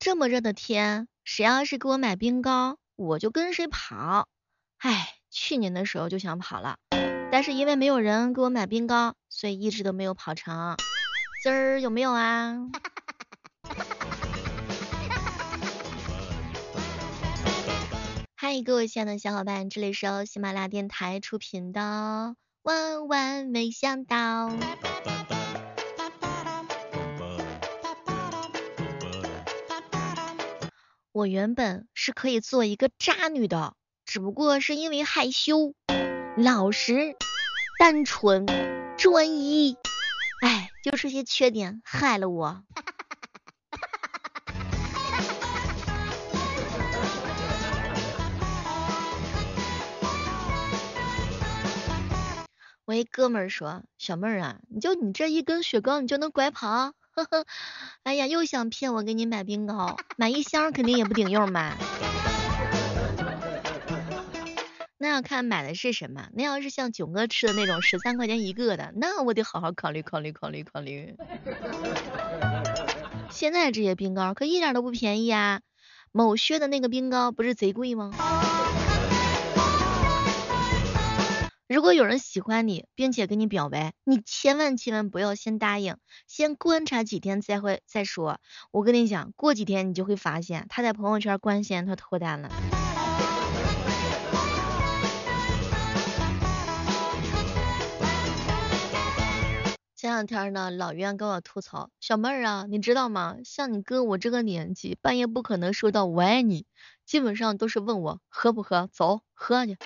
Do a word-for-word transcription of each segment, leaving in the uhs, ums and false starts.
这么热的天，谁要是给我买冰糕，我就跟谁跑。唉，去年的时候就想跑了，但是因为没有人给我买冰糕，所以一直都没有跑成。今儿有没有啊？嗨，各位亲爱的小伙伴，这里是由喜马拉雅电台出品的《万万没想到》。我原本是可以做一个渣女的，只不过是因为害羞、老实、单纯、专一，哎，就这些缺点害了我。我一哥们儿说，小妹儿啊，你就你这一根雪糕你就能拐跑？呵呵，哎呀，又想骗我给你买冰糕，买一箱肯定也不顶用嘛。那要看买的是什么，那要是像囧哥吃的那种十三块钱一个的，那我得好好考虑考虑考虑考虑。现在这些冰糕可一点都不便宜啊，某靴的那个冰糕不是贼贵吗？如果有人喜欢你，并且跟你表白，你千万千万不要先答应，先观察几天再会再说。我跟你讲，过几天你就会发现他在朋友圈官宣他脱单了。前两天呢，老袁跟我吐槽，小妹儿啊，你知道吗？像你哥我这个年纪，半夜不可能收到我爱你，基本上都是问我喝不喝，走喝去。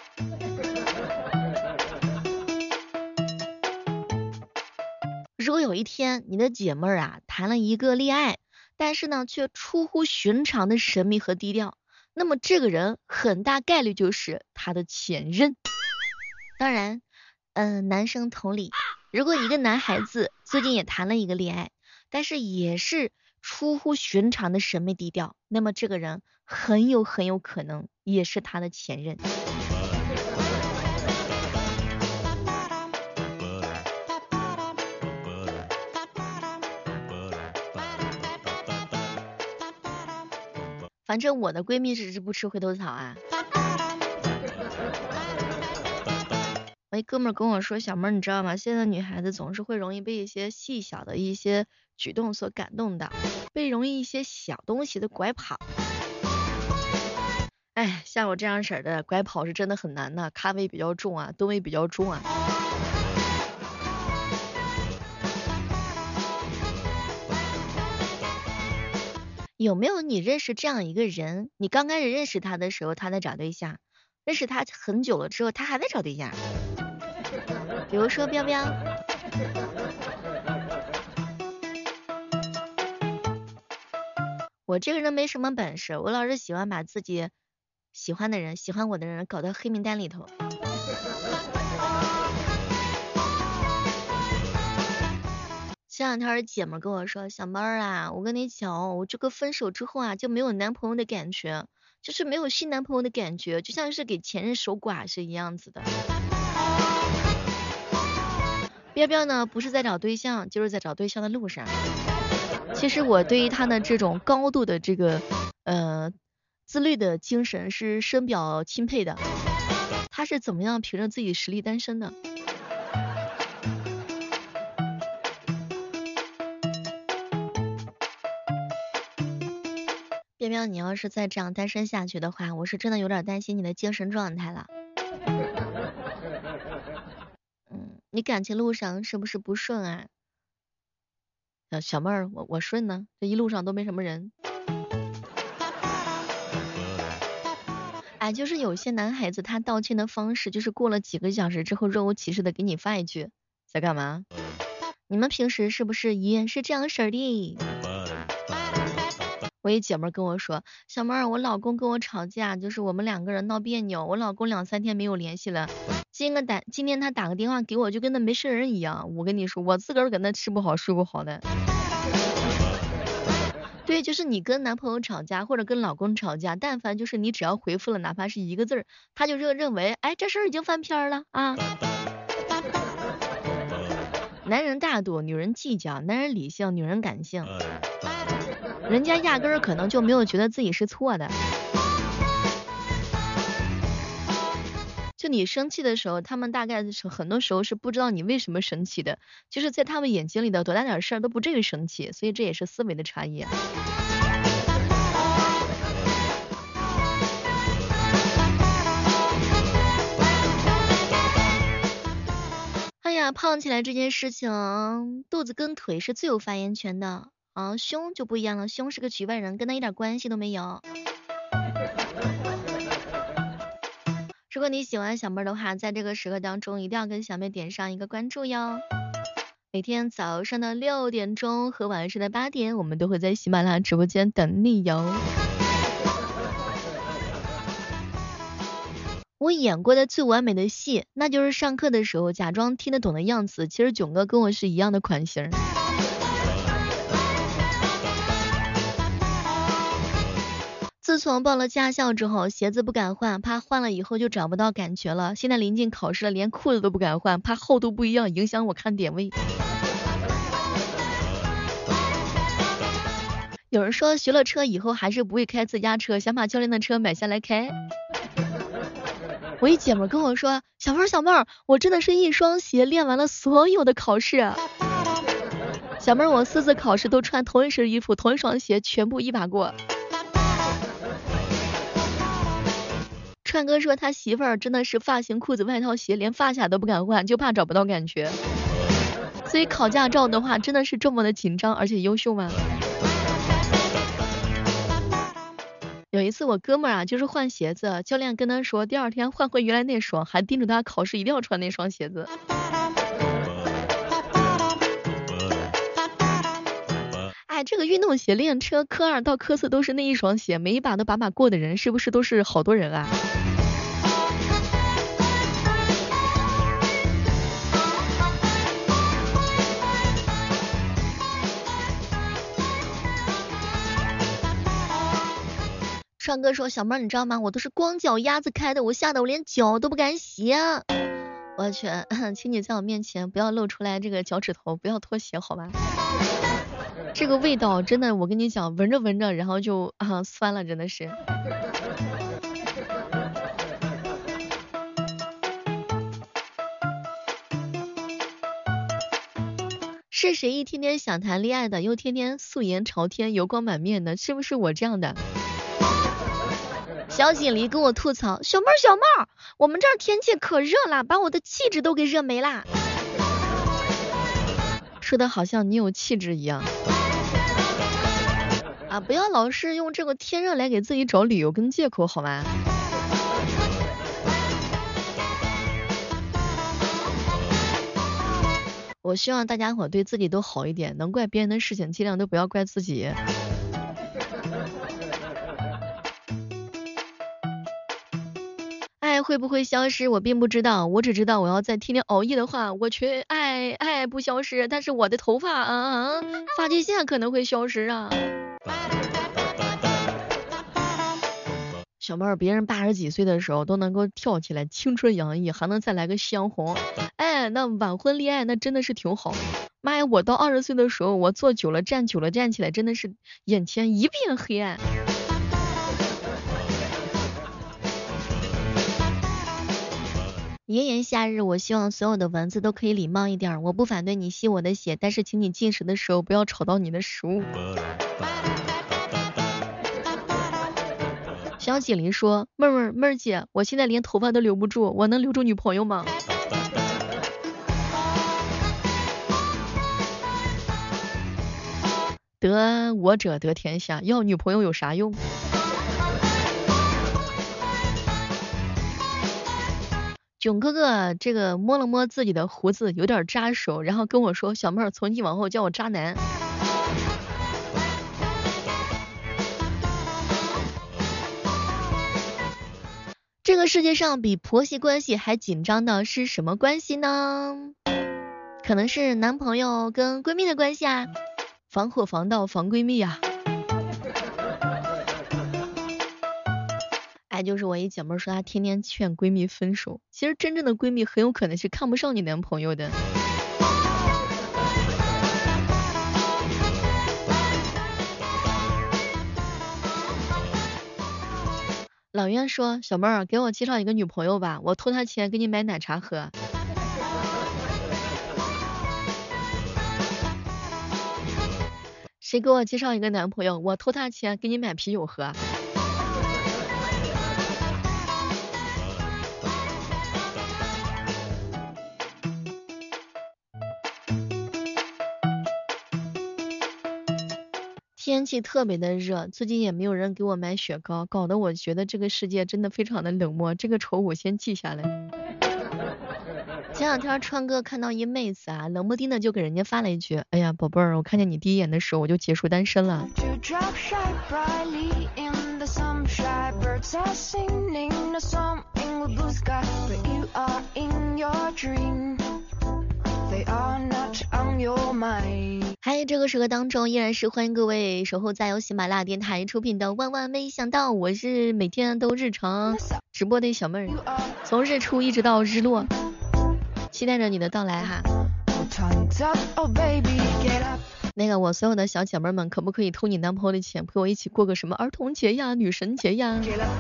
如果有一天你的姐妹儿啊谈了一个恋爱，但是呢却出乎寻常的神秘和低调，那么这个人很大概率就是他的前任。当然，嗯、呃，男生同理，如果一个男孩子最近也谈了一个恋爱，但是也是出乎寻常的神秘低调，那么这个人很有很有可能也是他的前任。反正我的闺蜜是不吃回头草啊。我一哥们儿跟我说，小妹儿你知道吗？现在女孩子总是会容易被一些细小的一些举动所感动的，被容易一些小东西的拐跑。哎，像我这样式儿的拐跑是真的很难的，咖位比较重啊，吨位比较重啊。有没有你认识这样一个人？你刚开始认识他的时候，他在找对象；认识他很久了之后，他还在找对象。比如说彪彪，我这个人没什么本事，我老是喜欢把自己喜欢的人、喜欢我的人搞到黑名单里头。前两天姐们跟我说，小妹儿啊，我跟你讲，我这个分手之后啊，就没有男朋友的感觉，就是没有新男朋友的感觉，就像是给前任守寡是一样子的。彪彪呢，不是在找对象，就是在找对象的路上。其实我对于他的这种高度的这个呃自律的精神是深表钦佩的。他是怎么样凭着自己实力单身的？彪彪，你要是再这样单身下去的话，我是真的有点担心你的精神状态了。嗯，你感情路上是不是不顺啊？小小妹儿，我我顺呢，这一路上都没什么人。哎，就是有些男孩子他道歉的方式，就是过了几个小时之后，若无其事的给你发一句，在干嘛？你们平时是不是也是这样式儿的？我一姐妹跟我说，小妹儿，我老公跟我吵架，就是我们两个人闹别扭，我老公两三天没有联系了，今个打今天他打个电话给我，就跟那没事人一样。我跟你说，我自个儿搁那吃不好睡不好的。对，就是你跟男朋友吵架或者跟老公吵架，但凡就是你只要回复了哪怕是一个字儿，他就认认为，哎，这事儿已经翻篇了啊。男人大度，女人计较，男人理性，女人感性。 人家压根儿可能就没有觉得自己是错的。就你生气的时候，他们大概是很多时候是不知道你为什么生气的，就是在他们眼睛里的多大点事儿都不至于生气，所以这也是思维的差异啊。哎呀，胖起来这件事情，肚子跟腿是最有发言权的啊，胸就不一样了，胸是个局外人，跟他一点关系都没有。如果你喜欢小妹儿的话，在这个时刻当中一定要跟小妹点上一个关注哟。每天早上的六点钟和晚上的八点，我们都会在喜马拉雅直播间等你哟。我演过的最完美的戏，那就是上课的时候假装听得懂的样子，其实囧哥跟我是一样的款型。自从报了驾校之后，鞋子不敢换，怕换了以后就找不到感觉了。现在临近考试了，连裤子都不敢换，怕厚度不一样影响我看点位。有人说学了车以后还是不会开自家车，想把教练的车买下来开。我一姐们跟我说，小妹儿小妹儿，我真的是一双鞋练完了所有的考试。小妹儿，我四次考试都穿同一身衣服，同一双鞋，全部一把过。川哥说他媳妇儿真的是发型、裤子、外套、鞋，连发卡都不敢换，就怕找不到感觉。所以考驾照的话，真的是这么的紧张，而且优秀吗？有一次我哥们儿啊，就是换鞋子，教练跟他说，第二天换回原来那双，还叮嘱他考试一定要穿那双鞋子。哎，这个运动鞋练车科二到科四都是那一双鞋，每一把都把把过的人，是不是都是好多人啊？川哥说，小妹儿你知道吗？我都是光脚丫子开的，我吓得我连脚都不敢洗啊！我去，请你在我面前不要露出来这个脚趾头，不要脱鞋好吧？这个味道真的，我跟你讲，闻着闻着，然后就啊酸了，真的是。是谁一天天想谈恋爱的，又天天素颜朝天，油光满面的？是不是我这样的？小锦鲤跟我吐槽，小妹儿小妹儿，我们这儿天气可热了，把我的气质都给热没啦。说的好像你有气质一样。啊，不要老是用这个天热来给自己找理由跟借口好吗？我希望大家伙对自己都好一点，能怪别人的事情尽量都不要怪自己。爱会不会消失我并不知道，我只知道我要再天天熬夜的话，我却爱爱不消失，但是我的头发啊啊发际线可能会消失啊。小妹儿，别人八十几岁的时候都能够跳起来，青春洋溢，还能再来个夕阳红，哎，那晚婚恋爱那真的是挺好。妈呀，我到二十岁的时候，我坐久了站久了站起来，真的是眼前一片黑暗。炎炎夏日，我希望所有的蚊子都可以礼貌一点。我不反对你吸我的血，但是请你进食的时候不要吵到你的食物。小锦鲤说，妹儿妹儿姐，我现在连头发都留不住，我能留住女朋友吗？得我者得天下，要女朋友有啥用？囧哥哥这个摸了摸自己的胡子，有点扎手，然后跟我说，小妹儿从今往后叫我渣男。这个世界上比婆媳关系还紧张的是什么关系呢？可能是男朋友跟闺蜜的关系啊，防火防盗防闺蜜啊。哎，就是我一姐妹说她天天劝闺蜜分手，其实真正的闺蜜很有可能是看不上你男朋友的。 老袁说，小妹儿给我介绍一个女朋友吧，我偷她钱给你买奶茶喝。谁给我介绍一个男朋友，我偷他钱给你买啤酒喝。天气特别的热，最近也没有人给我买雪糕，搞得我觉得这个世界真的非常的冷漠，这个仇我先记下来。前两天川哥看到一妹子啊，冷不丁的就给人家发了一句，哎呀宝贝儿，我看见你第一眼的时候我就结束单身了。嗨，这个时刻当中依然是欢迎各位守候在由喜马拉雅电台出品的万万没想到，我是每天都日常直播的小妹儿，从日出一直到日落，期待着你的到来哈。那个我所有的小姐妹们，可不可以偷你男朋友的钱，陪我一起过个什么儿童节呀、女神节呀？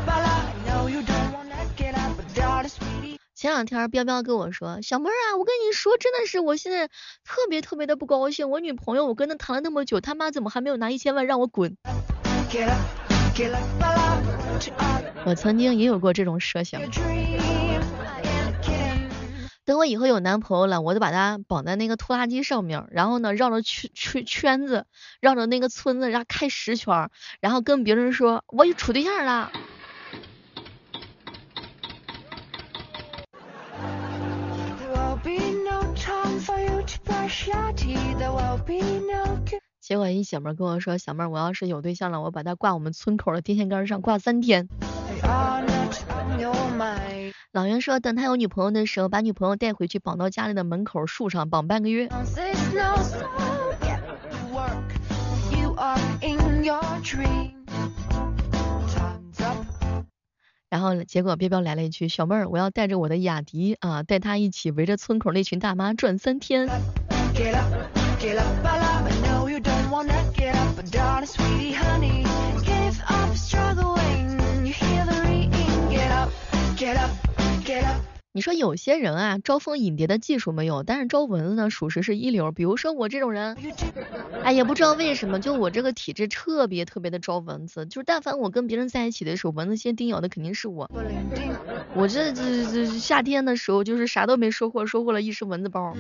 前两天彪彪跟我说，小妹儿啊，我跟你说，真的是我现在特别特别的不高兴，我女朋友我跟她谈了那么久，他妈怎么还没有拿一千万让我滚？我曾经也有过这种设想，等我以后有男朋友了，我就把他绑在那个拖拉机上面，然后呢绕着圈圈圈子，绕着那个村子，然后开十圈，然后跟别人说我也处对象了。结果一小妹跟我说，小妹我要是有对象了，我把他挂我们村口的电线杆上挂三天。老袁说，等他有女朋友的时候，把女朋友带回去绑到家里的门口树上绑半个月。然后结果彪彪来了一句，小妹儿我要带着我的雅迪啊，带他一起围着村口那群大妈转三天。你说有些人啊，招蜂引蝶的技术没有，但是招蚊子呢，属实是一流。比如说我这种人，哎，也不知道为什么，就我这个体质特别特别的招蚊子，就是但凡我跟别人在一起的时候，蚊子先叮咬的肯定是我。我这这这夏天的时候，就是啥都没收获，收获了一身蚊子包。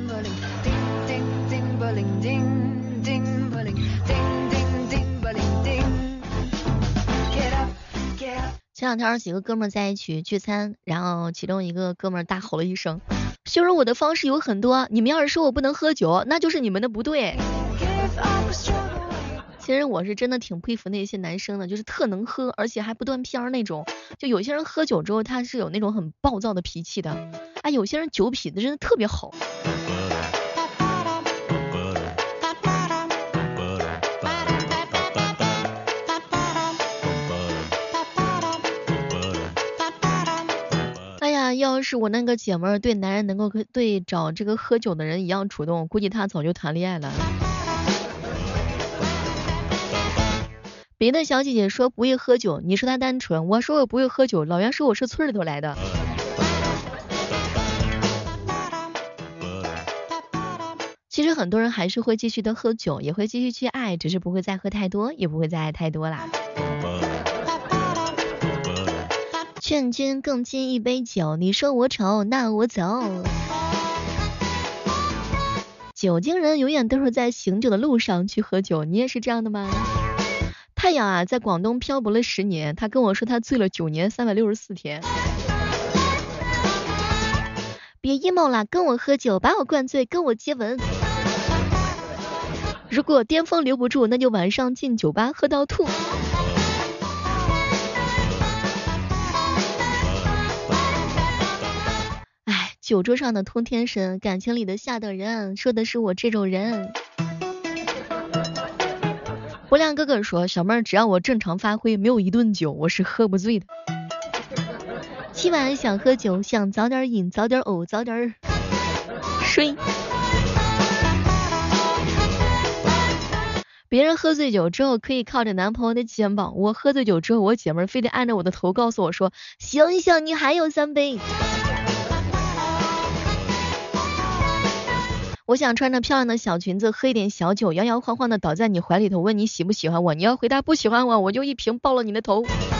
前两天几个哥们在一起聚餐，然后其中一个哥们大吼了一声，羞辱我的方式有很多，你们要是说我不能喝酒，那就是你们的不对。其实我是真的挺佩服那些男生的，就是特能喝，而且还不断片儿那种。就有些人喝酒之后他是有那种很暴躁的脾气的，哎，有些人酒品的真的特别好。要是我那个姐妹儿对男人能够对找这个喝酒的人一样主动，估计她早就谈恋爱了。别的小姐姐说不会喝酒，你说她单纯，我说我不会喝酒，老袁说我是村里头来的。其实很多人还是会继续的喝酒，也会继续去爱，只是不会再喝太多，也不会再爱太多啦。劝君更尽一杯酒，你说我丑，那我走。酒精人永远都是在醒酒的路上去喝酒，你也是这样的吗？太阳啊，在广东漂泊了十年，他跟我说他醉了九年三百六十四天。别 emo 了，跟我喝酒，把我灌醉，跟我接吻。如果巅峰留不住，那就晚上进酒吧喝到吐。酒桌上的通天神，感情里的下等人，说的是我这种人。不亮哥哥说，小妹儿只要我正常发挥，没有一顿酒我是喝不醉的。今晚想喝酒，想早点饮，早点呕，早点睡。 别人喝醉酒之后可以靠着男朋友的肩膀，我喝醉酒之后，我姐妹儿非得按着我的头告诉我说，醒醒，你还有三杯。我想穿着漂亮的小裙子，喝一点小酒，摇摇晃晃的倒在你怀里头，问你喜不喜欢我，你要回答不喜欢我，我就一瓶爆了你的头。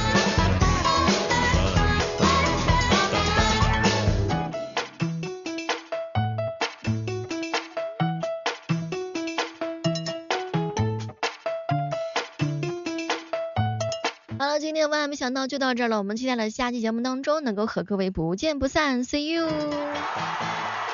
好了，今天万万没想到就到这儿了，我们期待的下期节目当中能够和各位不见不散，see you。